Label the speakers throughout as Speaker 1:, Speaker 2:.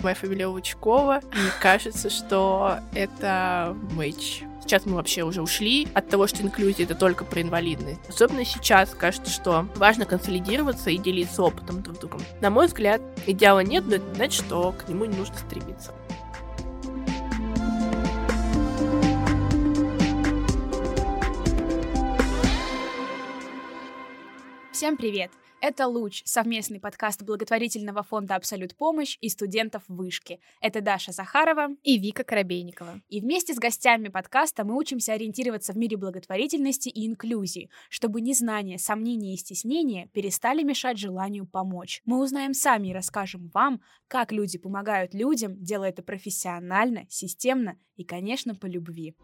Speaker 1: Моя фамилия Лучкова, и кажется, что это мэч. Сейчас мы вообще уже ушли от того, что инклюзия — это только про инвалидность. Особенно сейчас кажется, что важно консолидироваться и делиться опытом друг с другом. На мой взгляд, идеала нет, но это не значит, что к нему не нужно стремиться.
Speaker 2: Всем привет! Это «Луч» — совместный подкаст благотворительного фонда «Абсолют Помощь» и студентов Вышки. Это Даша Захарова
Speaker 3: и Вика Коробейникова.
Speaker 2: И вместе с гостями подкаста мы учимся ориентироваться в мире благотворительности и инклюзии, чтобы незнание, сомнения и стеснения перестали мешать желанию помочь. Мы узнаем сами и расскажем вам, как люди помогают людям, делая это профессионально, системно и, конечно, по любви.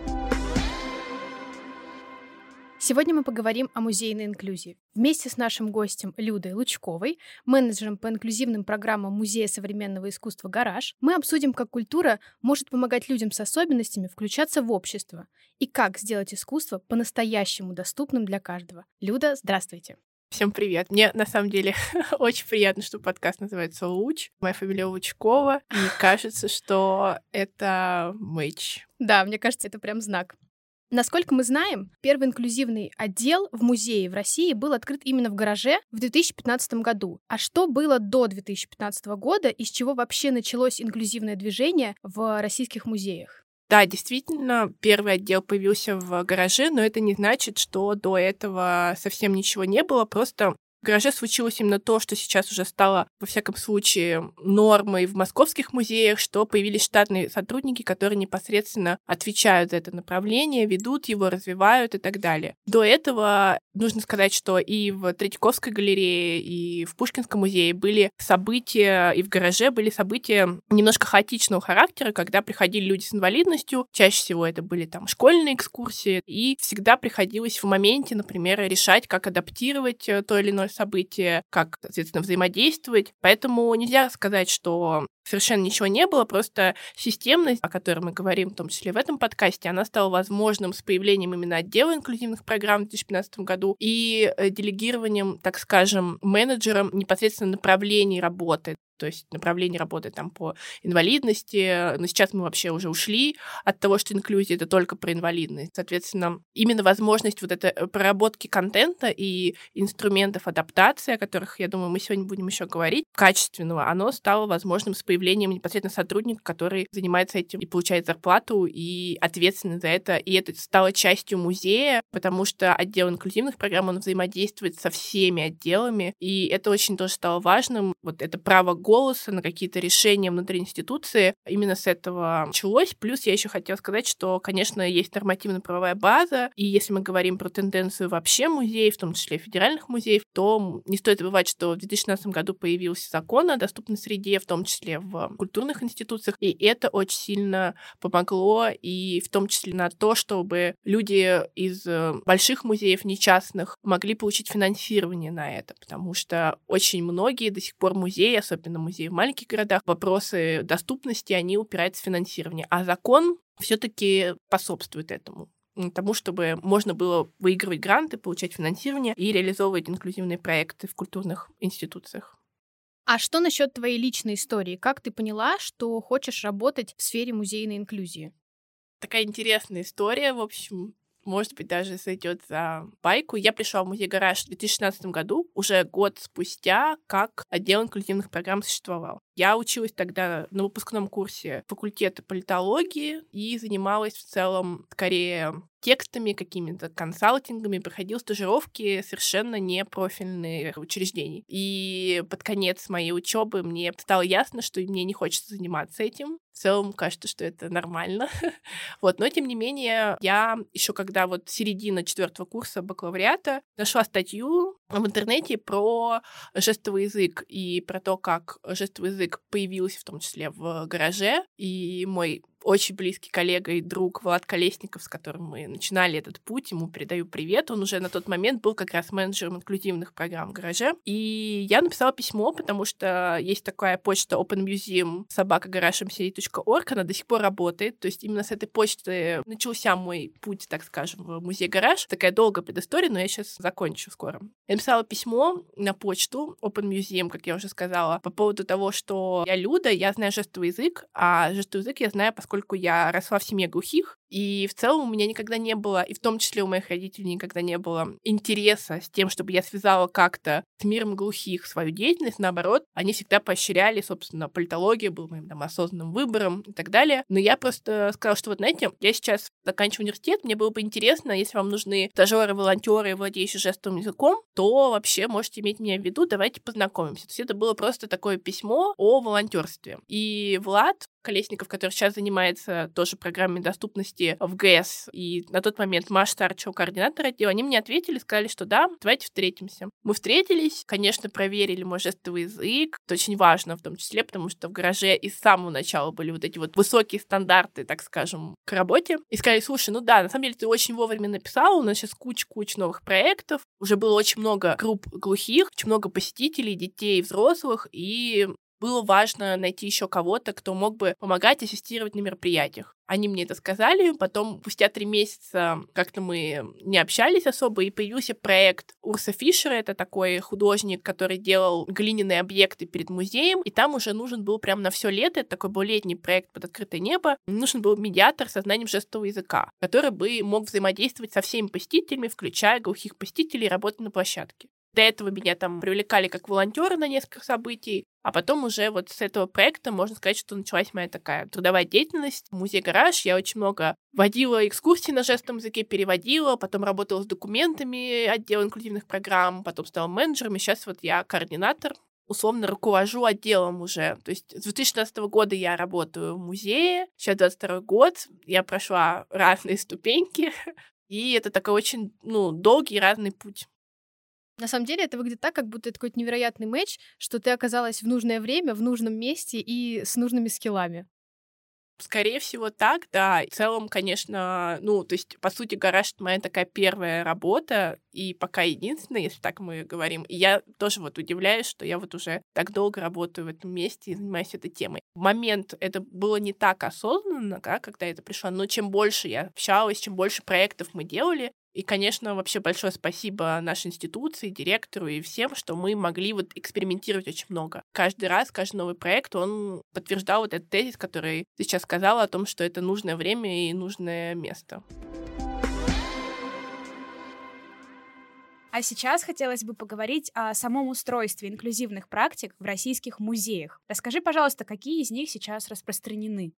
Speaker 3: Сегодня мы поговорим о музейной инклюзии. Вместе с нашим гостем Людой Лучковой, менеджером по инклюзивным программам Музея современного искусства «Гараж», мы обсудим, как культура может помогать людям с особенностями включаться в общество и как сделать искусство по-настоящему доступным для каждого. Люда, здравствуйте.
Speaker 1: Всем привет. Мне, на самом деле, очень приятно, что подкаст называется «Луч». Моя фамилия Лучкова, и кажется, что это мэч.
Speaker 3: Да, мне кажется, это прям знак. Насколько мы знаем, первый инклюзивный отдел в музее в России был открыт именно в «Гараже» в 2015 году. А что было до 2015 года и с чего вообще началось инклюзивное движение в российских музеях?
Speaker 1: Да, действительно, первый отдел появился в «Гараже», но это не значит, что до этого совсем ничего не было, просто в «Гараже» случилось именно то, что сейчас уже стало, во всяком случае, нормой в московских музеях, что появились штатные сотрудники, которые непосредственно отвечают за это направление, ведут его, развивают и так далее. До этого нужно сказать, что и в Третьяковской галерее, и в Пушкинском музее были события, и в «Гараже» были события немножко хаотичного характера, когда приходили люди с инвалидностью, чаще всего это были там школьные экскурсии, и всегда приходилось в моменте, например, решать, как адаптировать то или иное событие, как, соответственно, взаимодействовать. Поэтому нельзя сказать, что совершенно ничего не было, просто системность, о которой мы говорим, в том числе в этом подкасте, она стала возможным с появлением именно отдела инклюзивных программ в 2015 году и делегированием, так скажем, менеджерам непосредственно направлений работы. То есть направление работы там по инвалидности. Но сейчас мы вообще уже ушли от того, что инклюзия — это только про инвалидность. Соответственно, именно возможность вот этой проработки контента и инструментов адаптации, о которых, я думаю, мы сегодня будем еще говорить, качественного, оно стало возможным с появлением непосредственно сотрудника, который занимается этим и получает зарплату, и ответственный за это. И это стало частью музея, потому что отдел инклюзивных программ, он взаимодействует со всеми отделами, и это очень тоже стало важным. Вот это право голоса на какие-то решения внутри институции. Именно с этого началось. Плюс я еще хотела сказать, что, конечно, есть нормативно-правовая база, и если мы говорим про тенденцию вообще музеев, в том числе федеральных музеев, то не стоит забывать, что в 2016 году появился закон о доступной среде, в том числе в культурных институциях, и это очень сильно помогло, и в том числе на то, чтобы люди из больших музеев, не частных, могли получить финансирование на это, потому что очень многие до сих пор музеи, особенно музеи в маленьких городах, вопросы доступности, они упираются в финансирование. А закон все-таки способствует этому. Тому, чтобы можно было выигрывать гранты, получать финансирование и реализовывать инклюзивные проекты в культурных институциях.
Speaker 3: А что насчет твоей личной истории? Как ты поняла, что хочешь работать в сфере музейной инклюзии?
Speaker 1: Такая интересная история, в общем. Может быть, даже сойдет за байку. Я пришла в музей «Гараж» в 2016 году, уже год спустя, как отдел инклюзивных программ существовал. Я училась тогда на выпускном курсе факультета политологии и занималась в целом скорее текстами, какими-то консалтингами, проходил стажировки совершенно не профильные учреждений. И под конец моей учебы мне стало ясно, что мне не хочется заниматься этим. В целом, кажется, что это нормально. Вот, но, тем не менее, я еще когда вот середина 4-го курса бакалавриата нашла статью в интернете про жестовый язык и про то, как жестовый язык появился в том числе в «Гараже». И мой очень близкий коллега и друг Влад Колесников, с которым мы начинали этот путь, ему передаю привет. Он уже на тот момент был как раз менеджером инклюзивных программ в «Гараже». И я написала письмо, потому что есть такая почта openmuseum@garage.mca.org, она до сих пор работает. То есть именно с этой почты начался мой путь, так скажем, в музей «Гараж». Такая долгая предыстория, но я сейчас закончу скоро. Я написала письмо на почту Open Museum, как я уже сказала, по поводу того, что я Люда, я знаю жестовый язык, а жестовый язык я знаю, поскольку я росла в семье глухих, и в целом у меня никогда не было, и в том числе у моих родителей никогда не было интереса с тем, чтобы я связала как-то с миром глухих свою деятельность. Наоборот, они всегда поощряли, собственно, политология была моим там осознанным выбором и так далее. Но я просто сказала, что вот, знаете, я сейчас заканчиваю университет, мне было бы интересно, если вам нужны стажеры, волонтеры, владеющие жестовым языком, то вообще можете иметь меня в виду, давайте познакомимся. То есть это было просто такое письмо о волонтерстве. И Влад Колесников, который сейчас занимается тоже программой доступности в ГЭС, и на тот момент Маша Старчева, координатор отдела, они мне ответили, сказали, что да, давайте встретимся. Мы встретились, конечно, проверили мой жестовый язык. Это очень важно в том числе, потому что в гараже и с самого начала были вот эти вот высокие стандарты, так скажем, к работе. И сказали, слушай, ну да, на самом деле ты очень вовремя написал, у нас сейчас куча новых проектов, уже было очень много групп глухих, очень много посетителей, детей, взрослых, и было важно найти еще кого-то, кто мог бы помогать, ассистировать на мероприятиях. Они мне это сказали, потом спустя 3 месяца как-то мы не общались особо, и появился проект Урса Фишера, это такой художник, который делал глиняные объекты перед музеем, и там уже нужен был прям на все лето, это такой был летний проект под открытое небо, нужен был медиатор со знанием жестового языка, который бы мог взаимодействовать со всеми посетителями, включая глухих посетителей, и работать на площадке. До этого меня там привлекали как волонтера на несколько событий, а потом уже вот с этого проекта, можно сказать, что началась моя такая трудовая деятельность. В музей «Гараж» я очень много водила экскурсии на жестовом языке, переводила, потом работала с документами отдела инклюзивных программ, потом стала менеджером, и сейчас вот я координатор, условно руковожу отделом уже. То есть с 2016 года я работаю в музее, сейчас 22 год, я прошла разные ступеньки, и это такой очень, долгий и разный путь.
Speaker 3: На самом деле это выглядит так, как будто это какой-то невероятный матч, что ты оказалась в нужное время, в нужном месте и с нужными скиллами.
Speaker 1: Скорее всего, так, да. В целом, конечно, то есть, по сути, «Гараж» — это моя такая первая работа, и пока единственная, если так мы говорим. И я тоже вот удивляюсь, что я вот уже так долго работаю в этом месте и занимаюсь этой темой. В момент это было не так осознанно, да, когда это пришло, но чем больше я общалась, чем больше проектов мы делали, и, конечно, вообще большое спасибо нашей институции, директору и всем, что мы могли вот экспериментировать очень много. Каждый раз, каждый новый проект, он подтверждал вот этот тезис, который ты сейчас сказала о том, что это нужное время и нужное место.
Speaker 2: А сейчас хотелось бы поговорить о самом устройстве инклюзивных практик в российских музеях. Расскажи, пожалуйста, какие из них сейчас распространены?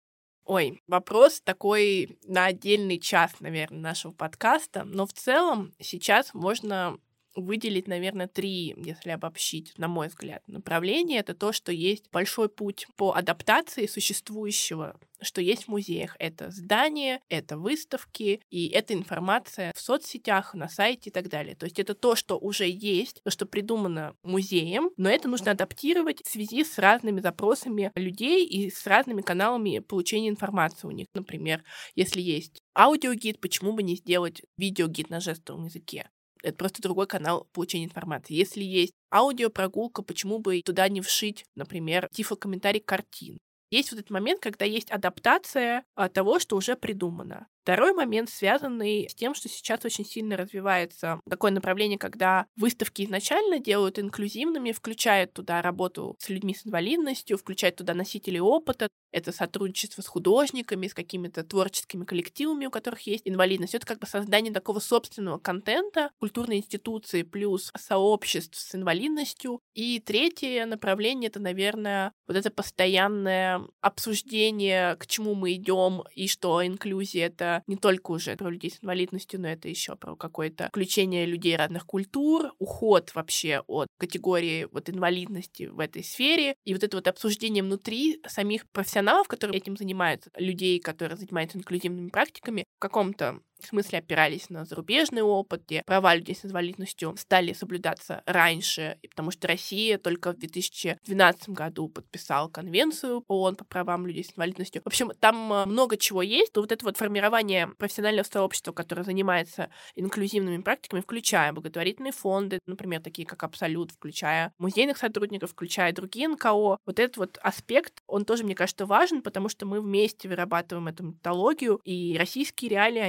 Speaker 1: Ой, вопрос такой на отдельный час, наверное, нашего подкаста. Но в целом сейчас можно выделить, наверное, 3, если обобщить, на мой взгляд, направления. Это то, что есть большой путь по адаптации существующего, что есть в музеях. Это здания, это выставки, и это информация в соцсетях, на сайте и так далее. То есть это то, что уже есть, то, что придумано музеем, но это нужно адаптировать в связи с разными запросами людей и с разными каналами получения информации у них. Например, если есть аудиогид, почему бы не сделать видеогид на жестовом языке? Это просто другой канал получения информации. Если есть аудиопрогулка, почему бы туда не вшить, например, тифлокомментарий картин? Есть вот этот момент, когда есть адаптация того, что уже придумано. Второй момент, связанный с тем, что сейчас очень сильно развивается такое направление, когда выставки изначально делают инклюзивными, включают туда работу с людьми с инвалидностью, включают туда носителей опыта. Это сотрудничество с художниками, с какими-то творческими коллективами, у которых есть инвалидность. Это как бы создание такого собственного контента, культурной институции плюс сообществ с инвалидностью. И третье направление — это, наверное, вот это постоянное обсуждение, к чему мы идем, и что инклюзия — это не только уже про людей с инвалидностью, но это еще про какое-то включение людей разных культур, уход вообще от категории вот инвалидности в этой сфере, и вот это вот обсуждение внутри самих профессионалов, которые этим занимаются, людей, которые занимаются инклюзивными практиками, в каком-то смысле опирались на зарубежный опыт, где права людей с инвалидностью стали соблюдаться раньше, потому что Россия только в 2012 году подписала Конвенцию ООН по правам людей с инвалидностью. В общем, там много чего есть. То вот это вот формирование профессионального сообщества, которое занимается инклюзивными практиками, включая благотворительные фонды, например, такие как Абсолют, включая музейных сотрудников, включая другие НКО. Вот этот вот аспект, он тоже, мне кажется, важен, потому что мы вместе вырабатываем эту методологию, и российские реалии, они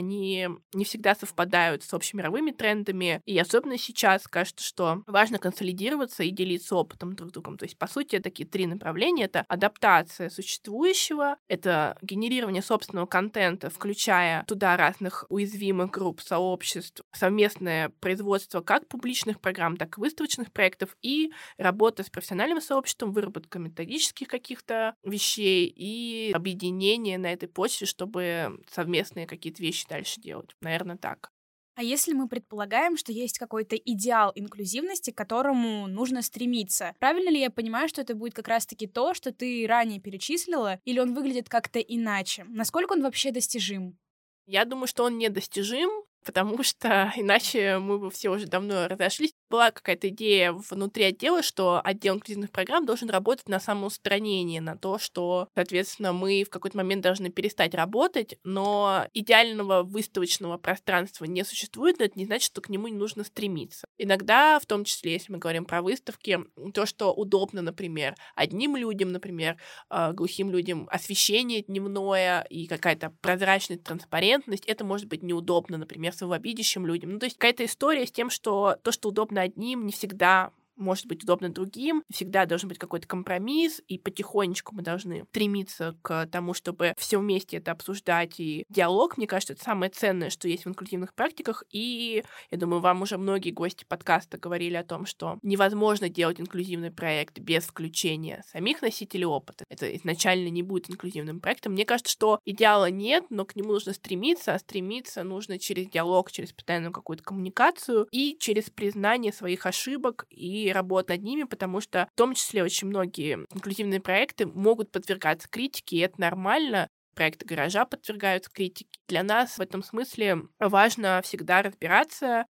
Speaker 1: они не всегда совпадают с общемировыми трендами, и особенно сейчас кажется, что важно консолидироваться и делиться опытом друг с другом. То есть, по сути, такие 3 направления — это адаптация существующего, это генерирование собственного контента, включая туда разных уязвимых групп, сообществ, совместное производство как публичных программ, так и выставочных проектов, и работа с профессиональным сообществом, выработка методических каких-то вещей и объединение на этой почве, чтобы совместные какие-то вещи дальше делать. Наверное, так.
Speaker 2: А если мы предполагаем, что есть какой-то идеал инклюзивности, к которому нужно стремиться, правильно ли я понимаю, что это будет как раз-таки то, что ты ранее перечислила, или он выглядит как-то иначе? Насколько он вообще достижим?
Speaker 1: Я думаю, что он недостижим, потому что иначе мы бы все уже давно разошлись. Была какая-то идея внутри отдела, что отдел инклюзивных программ должен работать на самоустранение, на то, что, соответственно, мы в какой-то момент должны перестать работать, но идеального выставочного пространства не существует, но это не значит, что к нему не нужно стремиться. Иногда, в том числе, если мы говорим про выставки, то, что удобно, например, одним людям, например, глухим людям освещение дневное и какая-то прозрачность, транспарентность, это может быть неудобно, например, слабовидящим людям. Ну, то есть какая-то история с тем, что то, что удобно одним, не всегда может быть удобно другим, всегда должен быть какой-то компромисс, и потихонечку мы должны стремиться к тому, чтобы все вместе это обсуждать, и диалог, мне кажется, это самое ценное, что есть в инклюзивных практиках, и я думаю, вам уже многие гости подкаста говорили о том, что невозможно делать инклюзивный проект без включения самих носителей опыта. Это изначально не будет инклюзивным проектом. Мне кажется, что идеала нет, но к нему нужно стремиться, а стремиться нужно через диалог, через постоянную какую-то коммуникацию и через признание своих ошибок и работать над ними, потому что в том числе очень многие инклюзивные проекты могут подвергаться критике, и это нормально. Проекты гаража подвергаются критике. Для нас в этом смысле важно всегда разбираться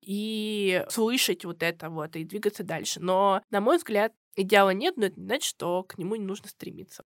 Speaker 1: и слышать вот это вот, и двигаться дальше. Но, на мой взгляд, идеала нет, но это не значит, что к нему не нужно стремиться.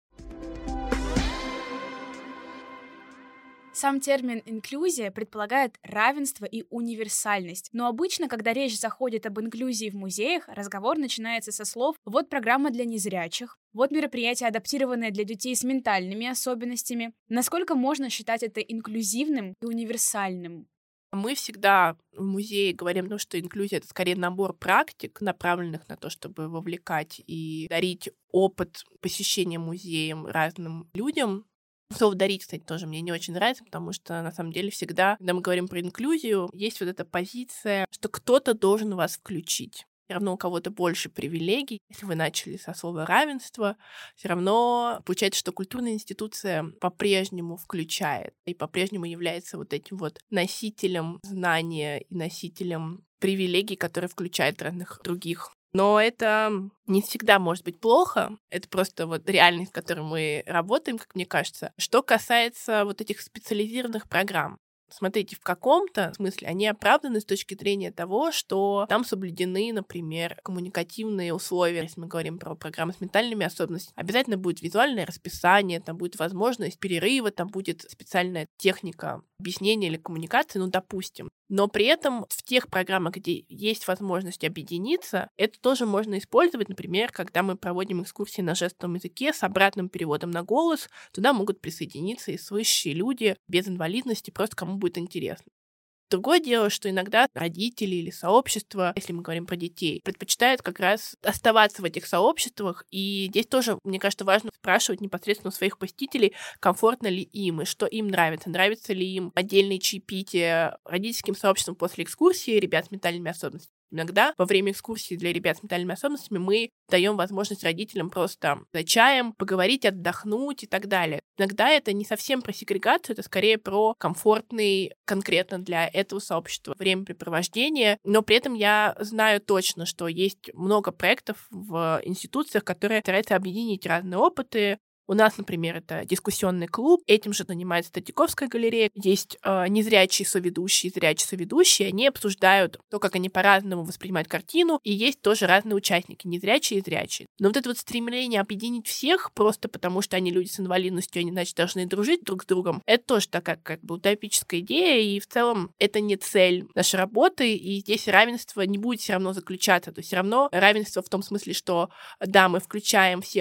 Speaker 2: Сам термин «инклюзия» предполагает равенство и универсальность. Но обычно, когда речь заходит об инклюзии в музеях, разговор начинается со слов «вот программа для незрячих», «вот мероприятие, адаптированное для детей с ментальными особенностями». Насколько можно считать это инклюзивным и универсальным?
Speaker 1: Мы всегда в музее говорим, что инклюзия — это скорее набор практик, направленных на то, чтобы вовлекать и дарить опыт посещения музеем разным людям. Слово «дарить», кстати, тоже мне не очень нравится, потому что, на самом деле, всегда, когда мы говорим про инклюзию, есть вот эта позиция, что кто-то должен вас включить. Все равно у кого-то больше привилегий. Если вы начали со слова «равенство», все равно получается, что культурная институция по-прежнему включает и по-прежнему является вот этим вот носителем знания и носителем привилегий, которые включают разных других. Но это не всегда может быть плохо. Это просто вот реальность, в которой мы работаем, как мне кажется. Что касается вот этих специализированных программ. Смотрите, в каком-то смысле они оправданы с точки зрения того, что там соблюдены, например, коммуникативные условия. Если мы говорим про программы с ментальными особенностями, обязательно будет визуальное расписание, там будет возможность перерыва, там будет специальная техника объяснения или коммуникации, допустим. Но при этом в тех программах, где есть возможность объединиться, это тоже можно использовать, например, когда мы проводим экскурсии на жестовом языке с обратным переводом на голос, туда могут присоединиться и слышащие люди без инвалидности, просто кому будет интересно. Другое дело, что иногда родители или сообщества, если мы говорим про детей, предпочитают как раз оставаться в этих сообществах, и здесь тоже, мне кажется, важно спрашивать непосредственно у своих посетителей, комфортно ли им, и что им нравится. Нравится ли им отдельные чаепития родительским сообществом после экскурсии ребят с ментальными особенностями. Иногда во время экскурсии для ребят с ментальными особенностями мы даем возможность родителям просто за чаем поговорить, отдохнуть и так далее. Иногда это не совсем про сегрегацию, это скорее про комфортный конкретно для этого сообщества времяпрепровождение. Но при этом я знаю точно, что есть много проектов в институциях, которые стараются объединить разные опыты. У нас, например, это дискуссионный клуб, этим же занимается Третьяковская галерея. Есть незрячие соведущие, зрячие соведущие, они обсуждают то, как они по-разному воспринимают картину, и есть тоже разные участники, незрячие и зрячие. Но вот это вот стремление объединить всех просто потому, что они люди с инвалидностью, они, значит, должны дружить друг с другом, это тоже такая как бы утопическая идея, и в целом это не цель нашей работы, и здесь равенство не будет все равно заключаться. То есть все равно равенство в том смысле, что да, мы включаем всех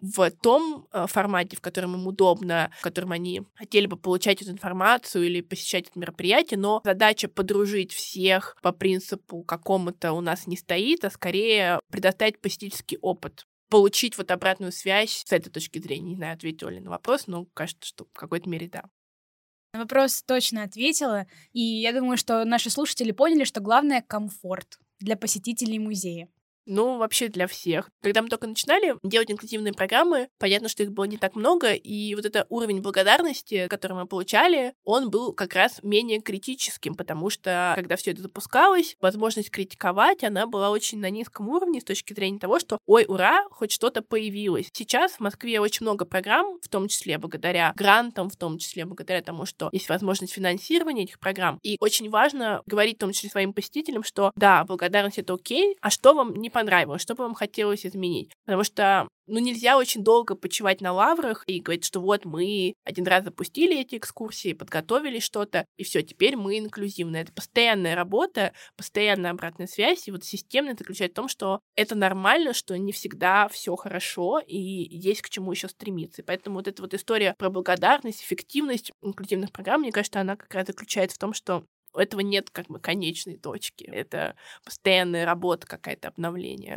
Speaker 1: в том формате, в котором им удобно, в котором они хотели бы получать эту информацию или посещать это мероприятие, но задача подружить всех по принципу какому-то у нас не стоит, а скорее предоставить посетительский опыт, получить вот обратную связь с этой точки зрения. Не знаю, ответила ли на вопрос, но кажется, что в какой-то мере да.
Speaker 2: На вопрос точно ответила, и я думаю, что наши слушатели поняли, что главное — комфорт для посетителей музея.
Speaker 1: Ну, вообще для всех. Когда мы только начинали делать инклюзивные программы, понятно, что их было не так много, и вот этот уровень благодарности, который мы получали, он был как раз менее критическим, потому что, когда все это запускалось, возможность критиковать, она была очень на низком уровне с точки зрения того, что «Ой, ура, хоть что-то появилось». Сейчас в Москве очень много программ, в том числе благодаря грантам, в том числе благодаря тому, что есть возможность финансирования этих программ. И очень важно говорить в том числе своим посетителям, что да, благодарность — это окей, а что вам не понравилось, что бы вам хотелось изменить. Потому что, нельзя очень долго почивать на лаврах и говорить, что вот мы один раз запустили эти экскурсии, подготовили что-то, и все, теперь мы инклюзивны. Это постоянная работа, постоянная обратная связь, и вот системность заключается в том, что это нормально, что не всегда все хорошо, и есть к чему еще стремиться. И поэтому вот эта вот история про благодарность, эффективность инклюзивных программ, мне кажется, она как раз заключается в том, что у этого нет как бы конечной точки. Это постоянная работа, какая-то обновление.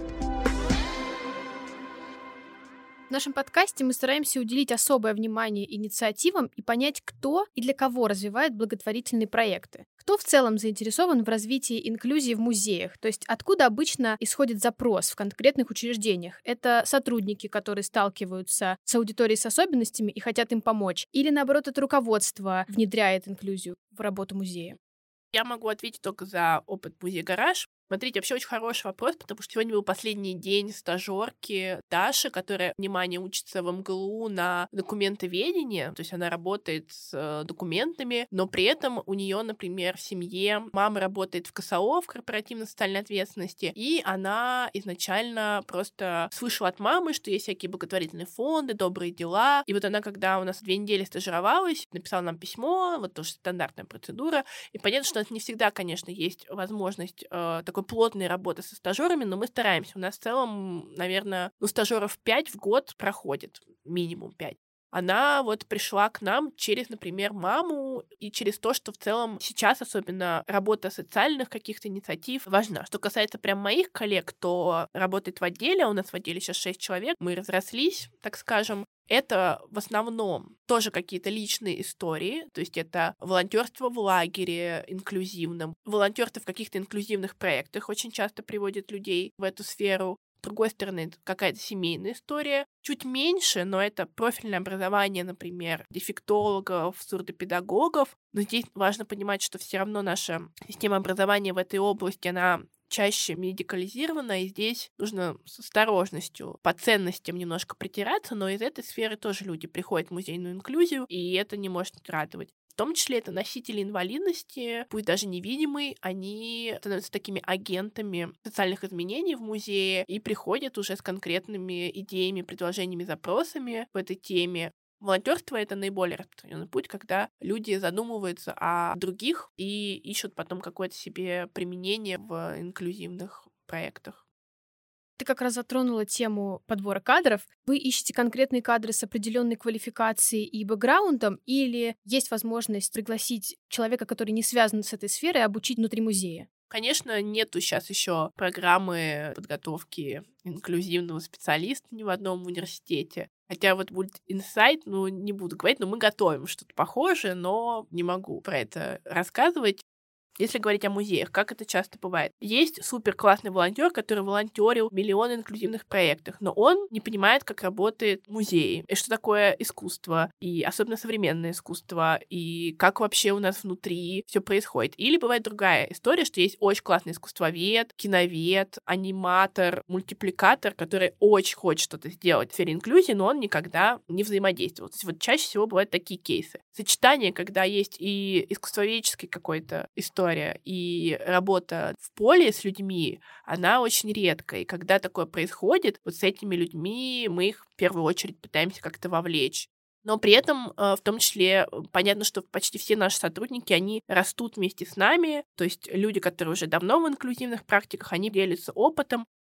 Speaker 3: В нашем подкасте мы стараемся уделить особое внимание инициативам и понять, кто и для кого развивает благотворительные проекты. Кто в целом заинтересован в развитии инклюзии в музеях, то есть откуда обычно исходит запрос в конкретных учреждениях. Это сотрудники, которые сталкиваются с аудиторией с особенностями и хотят им помочь, или наоборот, это руководство внедряет инклюзию в работу музея.
Speaker 1: Я могу ответить только за опыт музея «Гараж». Смотрите, вообще очень хороший вопрос, потому что сегодня был последний день стажёрки Даши, которая, внимание, учится в МГЛУ на документоведении, то есть она работает с документами, но при этом у нее, например, в семье мама работает в КСО, в корпоративной социальной ответственности, и она изначально просто слышала от мамы, что есть всякие благотворительные фонды, добрые дела, и вот она, когда у нас 2 недели стажировалась, написала нам письмо, вот тоже стандартная процедура, и понятно, что у нас не всегда, конечно, есть возможность такой плотной работы со стажерами, но мы стараемся. У нас в целом, наверное, стажеров 5 в год проходит, минимум 5. Она вот пришла к нам через, например, маму и через то, что в целом сейчас особенно работа социальных каких-то инициатив важна. Что касается прям моих коллег, кто работает в отделе, у нас в отделе сейчас 6 человек, мы разрослись, так скажем, это в основном тоже какие-то личные истории, то есть это волонтерство в лагере инклюзивном, волонтерство в каких-то инклюзивных проектах очень часто приводит людей в эту сферу. С другой стороны, это какая-то семейная история. Чуть меньше, но это профильное образование, например, дефектологов, сурдопедагогов. Но здесь важно понимать, что все равно наша система образования в этой области, она чаще медикализирована, и здесь нужно с осторожностью по ценностям немножко притираться, но из этой сферы тоже люди приходят в музейную инклюзию, и это не может не радовать. В том числе это носители инвалидности, пусть даже невидимые, они становятся такими агентами социальных изменений в музее и приходят уже с конкретными идеями, предложениями, запросами в этой теме. Волонтерство — это наиболее распространенный путь, когда люди задумываются о других и ищут потом какое-то себе применение в инклюзивных проектах.
Speaker 3: Ты как раз затронула тему подбора кадров. Вы ищете конкретные кадры с определенной квалификацией и бэкграундом, или есть возможность пригласить человека, который не связан с этой сферой, обучить внутри музея?
Speaker 1: Конечно, нету сейчас еще программы подготовки инклюзивного специалиста ни в одном университете. Хотя вот будет инсайт, не буду говорить, но мы готовим что-то похожее, но не могу про это рассказывать. Если говорить о музеях, как это часто бывает. Есть супер классный волонтер, который волонтерил в миллионы инклюзивных проектах, но он не понимает, как работает музей, и что такое искусство, и особенно современное искусство, и как вообще у нас внутри все происходит. Или бывает другая история, что есть очень классный искусствовед, киновед, аниматор, мультипликатор, который очень хочет что-то сделать в сфере инклюзии, но он никогда не взаимодействовал. То есть вот чаще всего бывают такие кейсы. Сочетание, когда есть и искусствоведческий какой-то история, и работа в поле с людьми, она очень редкая. И когда такое происходит, вот с этими людьми мы их в первую очередь пытаемся как-то вовлечь. Но при этом, в том числе, понятно, что почти все наши сотрудники, они растут вместе с нами, то есть люди, которые уже давно в инклюзивных практиках, они делятся опытом.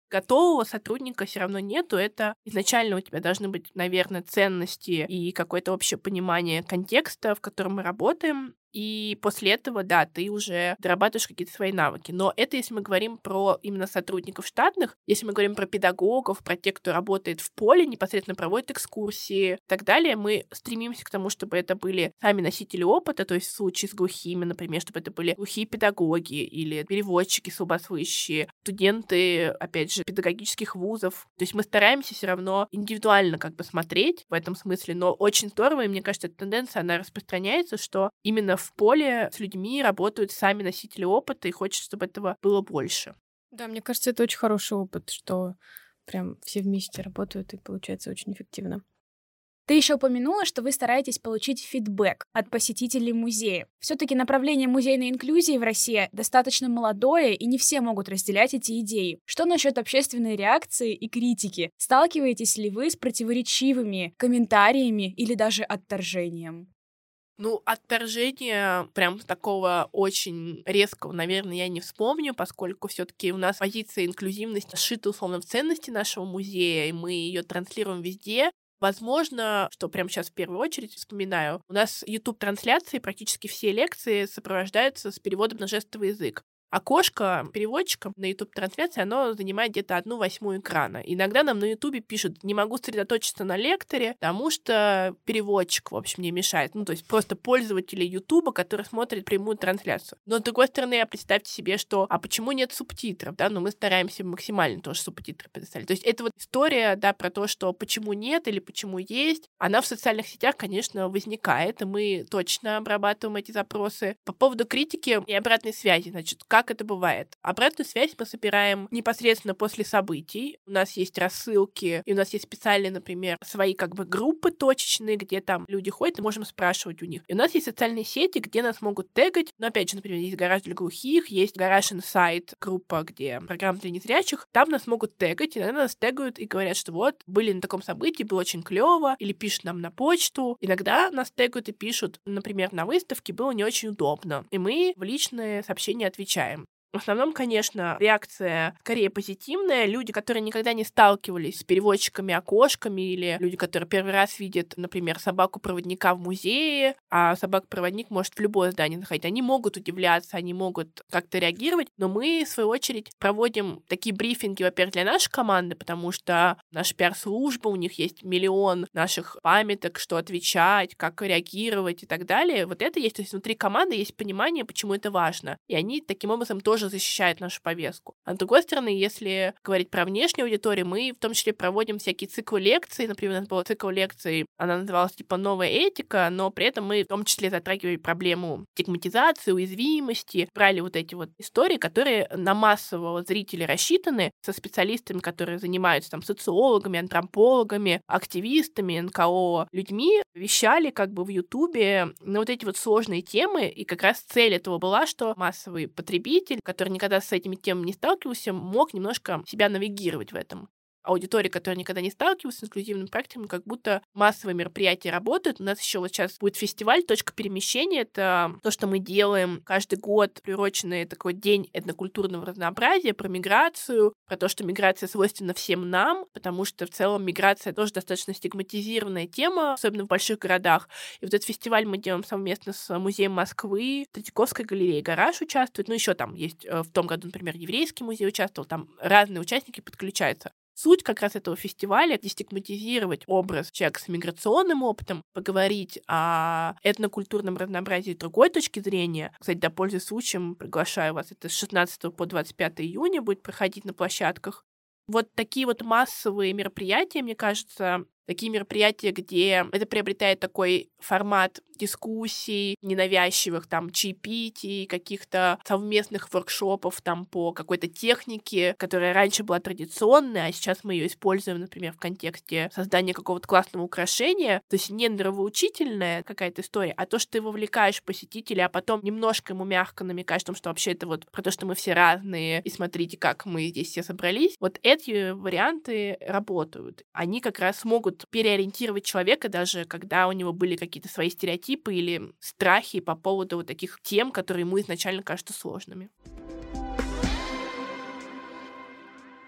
Speaker 1: готового сотрудника все равно нету. Это изначально у тебя должны быть, наверное, ценности и какое-то общее понимание контекста, в котором мы работаем. И после этого, да, ты уже дорабатываешь какие-то свои навыки. Но это если мы говорим про именно сотрудников штатных, если мы говорим про педагогов, про тех, кто работает в поле, непосредственно проводит экскурсии и так далее, мы стремимся к тому, чтобы это были сами носители опыта, то есть в случае с глухими, например, чтобы это были глухие педагоги или переводчики слабослышащие, студенты, опять же, педагогических вузов. То есть мы стараемся все равно индивидуально как бы смотреть в этом смысле, но очень здорово, и мне кажется, эта тенденция, она распространяется, что именно в поле с людьми работают сами носители опыта, и хочется, чтобы этого было больше.
Speaker 3: Да, мне кажется, это очень хороший опыт, что прям все вместе работают, и получается очень эффективно.
Speaker 2: Ты еще упомянула, что вы стараетесь получить фидбэк от посетителей музея. Все-таки направление музейной инклюзии в России достаточно молодое, и не все могут разделять эти идеи. Что насчет общественной реакции и критики? Сталкиваетесь ли вы с противоречивыми комментариями или даже отторжением?
Speaker 1: Ну, отторжения прям такого очень резкого, наверное, я не вспомню, поскольку все-таки у нас позиция инклюзивности сшита условно в ценности нашего музея, и мы ее транслируем везде. Возможно, что прямо сейчас в первую очередь вспоминаю, у нас YouTube-трансляции, практически все лекции сопровождаются с переводом на жестовый язык. Окошко переводчика на YouTube-трансляции, оно занимает где-то 1/8 экрана. Иногда нам на YouTube пишут: не могу сосредоточиться на лекторе, потому что переводчик, в общем, мне мешает. Ну, то есть просто пользователи YouTube, которые смотрят прямую трансляцию. Но, с другой стороны, представьте себе, что а почему нет субтитров, да? Но мы стараемся максимально тоже субтитры предоставить. То есть это вот история, да, про то, что почему нет или почему есть, она в социальных сетях, конечно, возникает, и мы точно обрабатываем эти запросы. По поводу критики и обратной связи, значит, как это бывает? Обратную связь мы собираем непосредственно после событий. У нас есть рассылки, и у нас есть специальные, например, свои как бы группы точечные, где там люди ходят, и можем спрашивать у них. И у нас есть социальные сети, где нас могут тегать. Ну, опять же, например, есть гараж для глухих, есть гараж инсайт, группа, где программа для незрячих. Там нас могут тегать, иногда нас тегают и говорят, что вот, были на таком событии, было очень клево, или пишут нам на почту. Иногда нас тегают и пишут, например, на выставке было не очень удобно. И мы в личные сообщения отвечаем. В основном, конечно, реакция скорее позитивная. Люди, которые никогда не сталкивались с переводчиками-окошками, или люди, которые первый раз видят, например, собаку-проводника в музее, а собака-проводник может в любое здание заходить, они могут удивляться, они могут как-то реагировать, но мы, в свою очередь, проводим такие брифинги, во-первых, для нашей команды, потому что наша пиар-служба, у них есть миллион наших памяток, что отвечать, как реагировать и так далее. Вот это есть, то есть внутри команды есть понимание, почему это важно. И они таким образом тоже защищает нашу повестку. А с другой стороны, если говорить про внешнюю аудиторию, мы в том числе проводим всякие циклы лекций. Например, у нас был цикл лекций, она называлась типа «Новая этика», но при этом мы в том числе затрагивали проблему стигматизации, уязвимости, брали вот эти вот истории, которые на массового зрителя рассчитаны, со специалистами, которые занимаются там социологами, антропологами, активистами, НКО, людьми, вещали как бы в Ютубе на вот эти вот сложные темы, и как раз цель этого была, что массовый потребитель, который никогда с этими темами не сталкивался, мог немножко себя навигировать в этом. Аудитория, которая никогда не сталкивалась с инклюзивными практиками, как будто массовые мероприятия работают. У нас еще вот сейчас будет фестиваль «Точка перемещения». Это то, что мы делаем каждый год, приуроченный такой день этнокультурного разнообразия, про миграцию, про то, что миграция свойственна всем нам, потому что в целом миграция тоже достаточно стигматизированная тема, особенно в больших городах. И вот этот фестиваль мы делаем совместно с Музеем Москвы, Третьяковской галереей «Гараж» участвует. Ну, еще там есть в том году, например, Еврейский музей участвовал, там разные участники подключаются. Суть как раз этого фестиваля — дестигматизировать образ человека с миграционным опытом, поговорить о этнокультурном разнообразии с другой точки зрения. Кстати, да, пользуясь случаем, приглашаю вас. Это с 16 по 25 июня будет проходить на площадках. Вот такие вот массовые мероприятия, мне кажется, такие мероприятия, где это приобретает такой формат дискуссий, ненавязчивых там чаепитий, каких-то совместных воркшопов там по какой-то технике, которая раньше была традиционная, а сейчас мы ее используем, например, в контексте создания какого-то классного украшения. То есть не нравоучительная какая-то история, а то, что ты вовлекаешь посетителя, а потом немножко ему мягко намекаешь о том, что вообще это вот про то, что мы все разные, и смотрите, как мы здесь все собрались. Вот эти варианты работают. Они как раз могут переориентировать человека, даже когда у него были какие-то свои стереотипы или страхи по поводу вот таких тем, которые ему изначально кажутся сложными.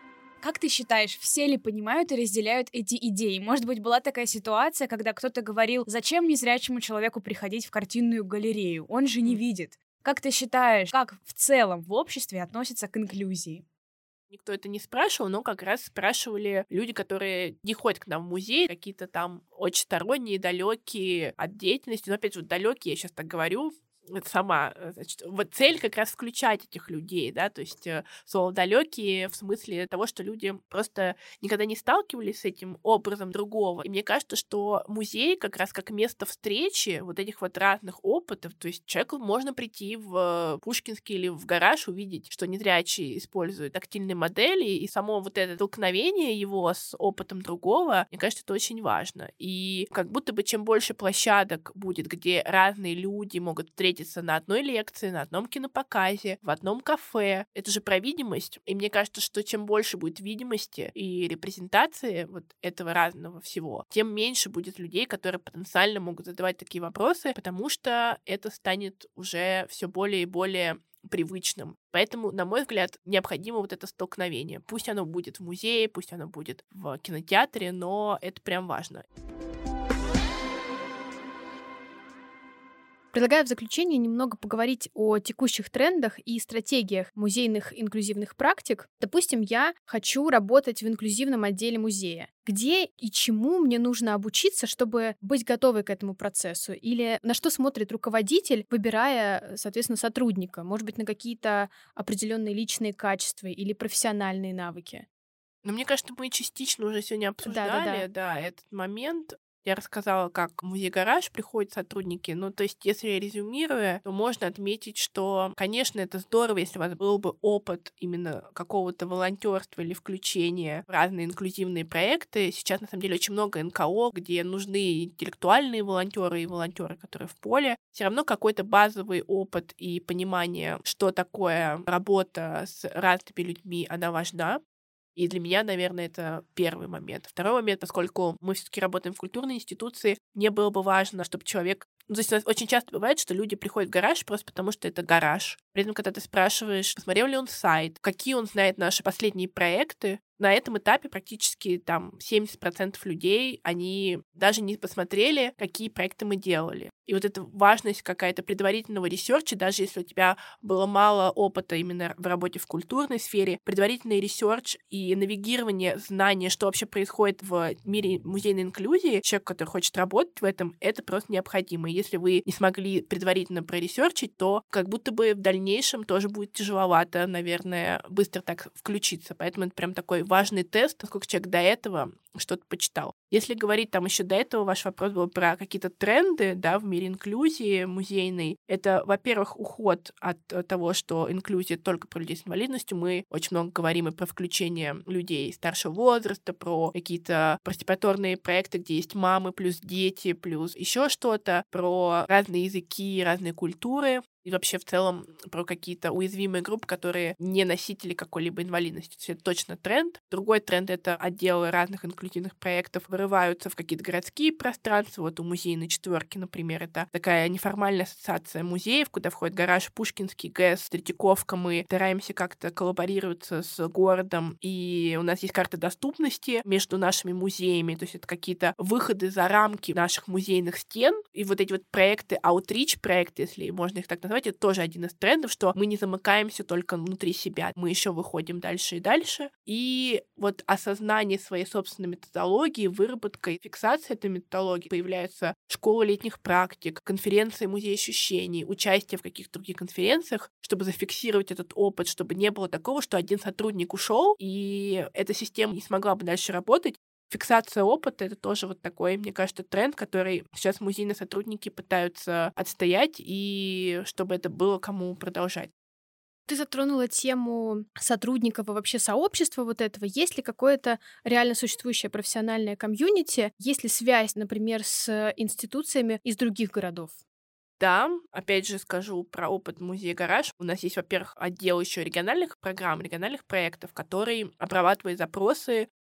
Speaker 2: Как ты считаешь, все ли понимают и разделяют эти идеи? Может быть, была такая ситуация, когда кто-то говорил, зачем незрячему человеку приходить в картинную галерею? Он же не видит. Как ты считаешь, как в целом в обществе относятся к инклюзии?
Speaker 1: Никто это не спрашивал, но как раз спрашивали люди, которые не ходят к нам в музей, какие-то там очень сторонние, далекие от деятельности. Но опять же, далекие, я сейчас так говорю, это сама, значит, вот цель как раз включать этих людей, да, то есть слово далекие в смысле того, что люди просто никогда не сталкивались с этим образом другого. И мне кажется, что музей как раз как место встречи вот этих вот разных опытов, то есть человеку можно прийти в Пушкинский или в гараж, увидеть, что незрячий использует тактильные модели, и само вот это столкновение его с опытом другого, мне кажется, это очень важно. И как будто бы чем больше площадок будет, где разные люди могут встретиться на одной лекции, на одном кинопоказе, в одном кафе. Это же про видимость. И мне кажется, что чем больше будет видимости и репрезентации вот этого разного всего, тем меньше будет людей, которые потенциально могут задавать такие вопросы, потому что это станет уже все более и более привычным. Поэтому, на мой взгляд, необходимо вот это столкновение. Пусть оно будет в музее, пусть оно будет в кинотеатре, но это прям важно.
Speaker 3: Предлагаю в заключение немного поговорить о текущих трендах и стратегиях музейных инклюзивных практик. Допустим, я хочу работать в инклюзивном отделе музея. Где и чему мне нужно обучиться, чтобы быть готовой к этому процессу? Или на что смотрит руководитель, выбирая, соответственно, сотрудника? Может быть, на какие-то определенные личные качества или профессиональные навыки?
Speaker 1: Но мне кажется, мы частично уже сегодня обсуждали, да, этот момент. Я рассказала, как в музей-гараж приходят сотрудники. Ну, то есть, если резюмируя, то можно отметить, что, конечно, это здорово, если у вас был бы опыт именно какого-то волонтерства или включения в разные инклюзивные проекты. Сейчас, на самом деле, очень много НКО, где нужны интеллектуальные волонтеры и волонтеры, которые в поле. Все равно какой-то базовый опыт и понимание, что такое работа с разными людьми, она важна. И для меня, наверное, это первый момент. Второй момент, поскольку мы все-таки работаем в культурной институции, мне было бы важно, чтобы человек... Ну, то есть у нас очень часто бывает, что люди приходят в гараж просто потому, что это гараж. При этом, когда ты спрашиваешь, посмотрел ли он сайт, какие он знает наши последние проекты, на этом этапе практически там 70% людей, они даже не посмотрели, какие проекты мы делали. И вот эта важность какая-то предварительного ресерча, даже если у тебя было мало опыта именно в работе в культурной сфере, предварительный ресерч и навигирование знания, что вообще происходит в мире музейной инклюзии, человек, который хочет работать в этом, это просто необходимо. И если вы не смогли предварительно проресерчить, то как будто бы в дальнейшем тоже будет тяжеловато, наверное, быстро так включиться. Поэтому это прям такой важный тест, насколько человек до этого что-то почитал. Если говорить там еще до этого, ваш вопрос был про какие-то тренды, да, в мире инклюзии музейной. Это, во-первых, уход от того, что инклюзия только про людей с инвалидностью. Мы очень много говорим и про включение людей старшего возраста, про какие-то партиципаторные проекты, где есть мамы плюс дети, плюс еще что-то, про разные языки, разные культуры. И вообще в целом про какие-то уязвимые группы, которые не носители какой-либо инвалидности. То есть это точно тренд. Другой тренд — это отделы разных инклюзивных проектов вырываются в какие-то городские пространства. Вот у музейной четверки, например, это такая неформальная ассоциация музеев, куда входит гараж Пушкинский, ГЭС, Третьяковка. Мы стараемся как-то коллаборироваться с городом, и у нас есть карта доступности между нашими музеями. То есть это какие-то выходы за рамки наших музейных стен. И вот эти вот проекты, outreach проекты, если можно их так назвать, это тоже один из трендов, что мы не замыкаемся только внутри себя, мы еще выходим дальше и дальше. И вот осознание своей собственной методологии, выработка и фиксация этой методологии, появляются школы летних практик, конференции «Музей ощущений», участие в каких-то других конференциях, чтобы зафиксировать этот опыт, чтобы не было такого, что один сотрудник ушел, и эта система не смогла бы дальше работать. Фиксация опыта — это тоже вот такой, мне кажется, тренд, который сейчас музейные сотрудники пытаются отстоять, и чтобы это было кому продолжать.
Speaker 3: Ты затронула тему сотрудников и вообще сообщества вот этого. Есть ли какое-то реально существующее профессиональное комьюнити? Есть ли связь, например, с институциями из других городов?
Speaker 1: Да, опять же скажу про опыт музея «Гараж». У нас есть, во-первых, отдел еще региональных программ, региональных проектов, который обрабатывает запросы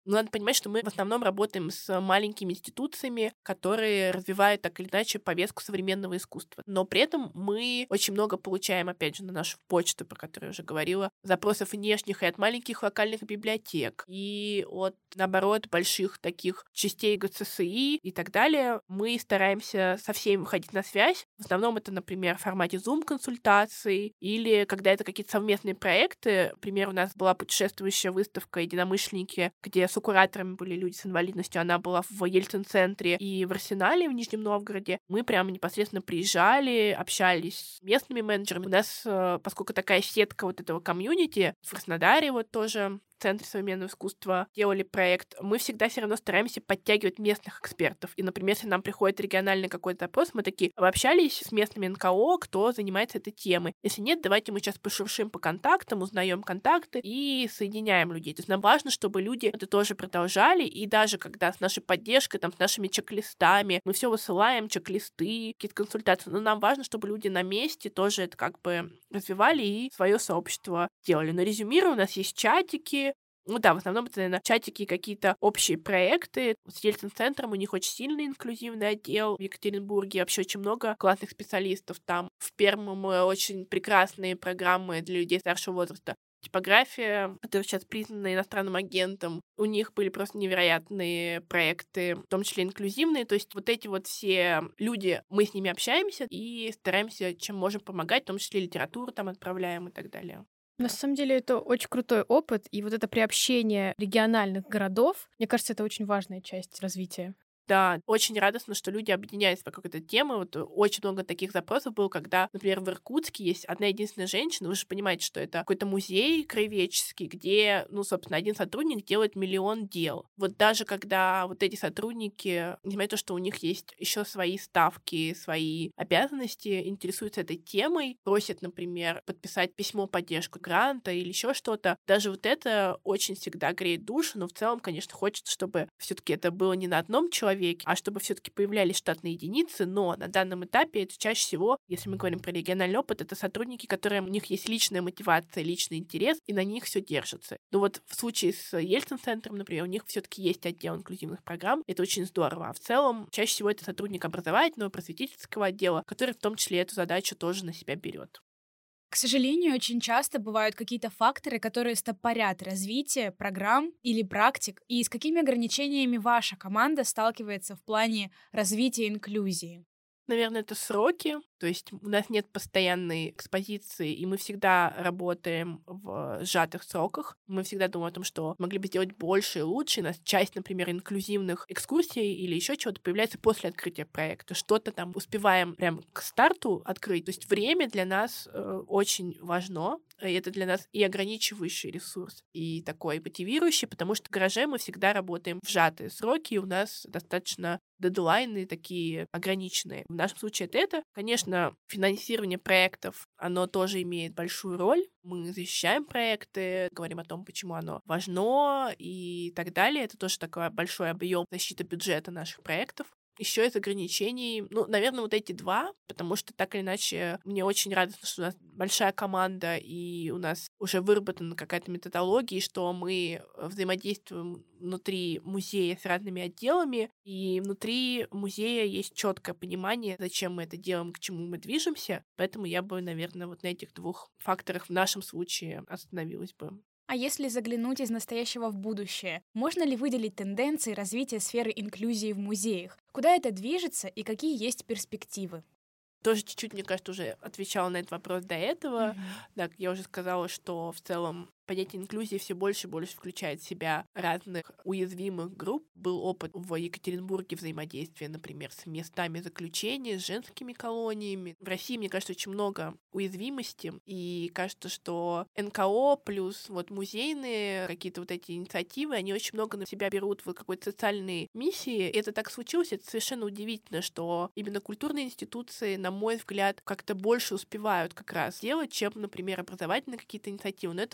Speaker 1: Но надо понимать, что мы в основном работаем с маленькими институциями, которые развивают так или иначе повестку современного искусства. Но при этом мы очень много получаем, опять же, на нашу почту, про которую я уже говорила, запросов внешних и от маленьких локальных библиотек, и от, наоборот, больших таких частей ГЦСИ и так далее. Мы стараемся со всеми выходить на связь. В основном это, например, в формате Zoom-консультаций, или когда это какие-то совместные проекты. Например, у нас была путешествующая выставка «Единомышленники», где сокураторами были люди с инвалидностью. Она была в Ельцин-центре и в Арсенале в Нижнем Новгороде. Мы прямо непосредственно приезжали, общались с местными менеджерами. У нас, поскольку такая сетка вот этого комьюнити, в Краснодаре вот тоже в Центре современного искусства делали проект, мы всегда все равно стараемся подтягивать местных экспертов. И, например, если нам приходит региональный какой-то опрос, мы такие общались с местными НКО, кто занимается этой темой. Если нет, давайте мы сейчас пошуршим по контактам, узнаем контакты и соединяем людей. То есть нам важно, чтобы люди это тоже продолжали, и даже когда с нашей поддержкой, там, с нашими чек-листами, мы все высылаем, чек-листы, какие-то консультации, но нам важно, чтобы люди на месте тоже это как бы развивали и свое сообщество делали. Но резюмирую, у нас есть чатики. Ну да, в основном это, наверное, чатики и какие-то общие проекты. С Ельцин-центром у них очень сильный инклюзивный отдел в Екатеринбурге. Вообще очень много классных специалистов там. В Перму мы очень прекрасные программы для людей старшего возраста. Типография, которая сейчас признана иностранным агентом, у них были просто невероятные проекты, в том числе инклюзивные. То есть вот эти вот все люди, мы с ними общаемся и стараемся, чем можем помогать, в том числе литературу там отправляем и так далее.
Speaker 3: На самом деле это очень крутой опыт, и вот это приобщение региональных городов, мне кажется, это очень важная часть развития.
Speaker 1: Да, очень радостно, что люди объединяются вокруг этой темы. Вот очень много таких запросов было, когда, например, в Иркутске есть одна единственная женщина, вы же понимаете, что это какой-то музей краеведческий, где, ну, собственно, один сотрудник делает миллион дел. Вот даже когда вот эти сотрудники, несмотря на то, что у них есть еще свои ставки, свои обязанности, интересуются этой темой, просят, например, подписать письмо поддержку гранта или еще что-то, даже вот это очень всегда греет душу, но в целом, конечно, хочется, чтобы все-таки это было не на одном человеке, а чтобы все-таки появлялись штатные единицы, но на данном этапе это чаще всего, если мы говорим про региональный опыт, это сотрудники, которые у них есть личная мотивация, личный интерес, и на них все держится. Но вот в случае с Ельцин-центром, например, у них все-таки есть отдел инклюзивных программ, это очень здорово. А в целом, чаще всего это сотрудник образовательного, просветительского отдела, который в том числе эту задачу тоже на себя берет.
Speaker 2: К сожалению, очень часто бывают какие-то факторы, которые стопорят развитие программ или практик, и с какими ограничениями ваша команда сталкивается в плане развития инклюзии?
Speaker 1: Наверное, это сроки. То есть у нас нет постоянной экспозиции, и мы всегда работаем в сжатых сроках. Мы всегда думаем о том, что могли бы сделать больше и лучше. У нас часть, например, инклюзивных экскурсий или еще чего-то появляется после открытия проекта. Что-то там успеваем прям к старту открыть. То есть время для нас очень важно. И это для нас и ограничивающий ресурс, и такой мотивирующий, потому что в гараже мы всегда работаем в сжатые сроки, и у нас достаточно дедлайны такие ограниченные. В нашем случае это. Конечно, финансирование проектов, оно тоже имеет большую роль. Мы защищаем проекты, говорим о том, почему оно важно и так далее. Это тоже такой большой объем защиты бюджета наших проектов. Еще из ограничений, ну, наверное, вот эти два, потому что так или иначе мне очень радостно, что у нас большая команда, и у нас уже выработана какая-то методология, и что мы взаимодействуем внутри музея с разными отделами, и внутри музея есть четкое понимание, зачем мы это делаем, к чему мы движемся. Поэтому я бы, наверное, вот на этих двух факторах в нашем случае остановилась бы.
Speaker 2: А если заглянуть из настоящего в будущее, можно ли выделить тенденции развития сферы инклюзии в музеях? Куда это движется и какие есть перспективы?
Speaker 1: Тоже чуть-чуть, мне кажется, уже отвечала на этот вопрос до этого. Так, я уже сказала, что в целом понятие инклюзии все больше и больше включает в себя разных уязвимых групп. Был опыт в Екатеринбурге взаимодействия, например, с местами заключения, с женскими колониями. В России, мне кажется, очень много уязвимости, и кажется, что НКО плюс вот музейные какие-то вот эти инициативы, они очень много на себя берут в какой-то социальной миссии. И это так случилось, это совершенно удивительно, что именно культурные институции, на мой взгляд, как-то больше успевают как раз делать, чем, например, образовательные какие-то инициативы. Но это вот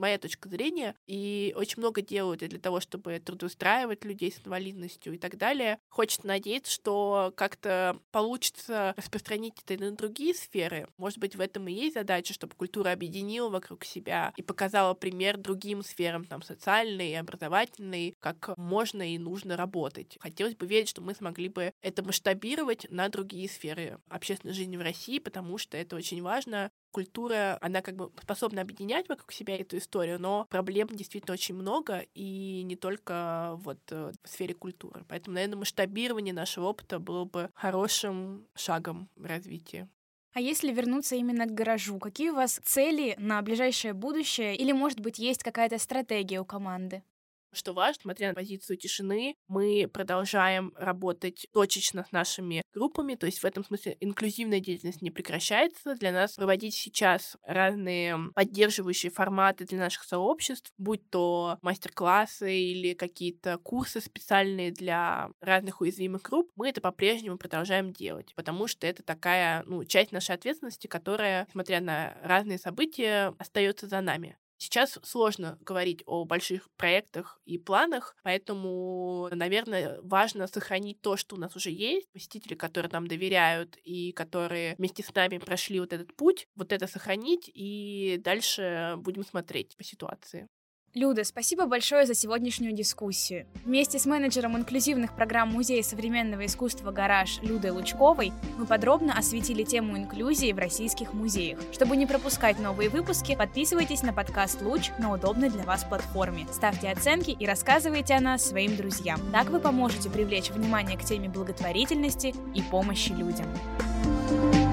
Speaker 1: моя точка зрения, и очень много делают и для того, чтобы трудоустраивать людей с инвалидностью и так далее. Хочется надеяться, что как-то получится распространить это и на другие сферы. Может быть, в этом и есть задача, чтобы культура объединила вокруг себя и показала пример другим сферам, там, социальной, образовательной, как можно и нужно работать. Хотелось бы верить, что мы смогли бы это масштабировать на другие сферы общественной жизни в России, потому что это очень важно. Культура, она как бы способна объединять вокруг себя эту историю, но проблем действительно очень много, и не только вот в сфере культуры. Поэтому, наверное, масштабирование нашего опыта было бы хорошим шагом в развитии.
Speaker 2: А если вернуться именно к гаражу, какие у вас цели на ближайшее будущее? Или, может быть, есть какая-то стратегия у команды?
Speaker 1: Что важно, смотря на позицию тишины, мы продолжаем работать точечно с нашими группами, то есть в этом смысле инклюзивная деятельность не прекращается. Для нас проводить сейчас разные поддерживающие форматы для наших сообществ, будь то мастер-классы или какие-то курсы специальные для разных уязвимых групп, мы это по-прежнему продолжаем делать, потому что это такая, часть нашей ответственности, которая, несмотря на разные события, остается за нами. Сейчас сложно говорить о больших проектах и планах, поэтому, наверное, важно сохранить то, что у нас уже есть, посетители, которые нам доверяют и которые вместе с нами прошли вот этот путь, вот это сохранить, и дальше будем смотреть по ситуации.
Speaker 2: Люда, спасибо большое за сегодняшнюю дискуссию. Вместе с менеджером инклюзивных программ Музея современного искусства «Гараж» Людой Лучковой мы подробно осветили тему инклюзии в российских музеях. Чтобы не пропускать новые выпуски, подписывайтесь на подкаст «Луч» на удобной для вас платформе. Ставьте оценки и рассказывайте о нас своим друзьям. Так вы поможете привлечь внимание к теме благотворительности и помощи людям.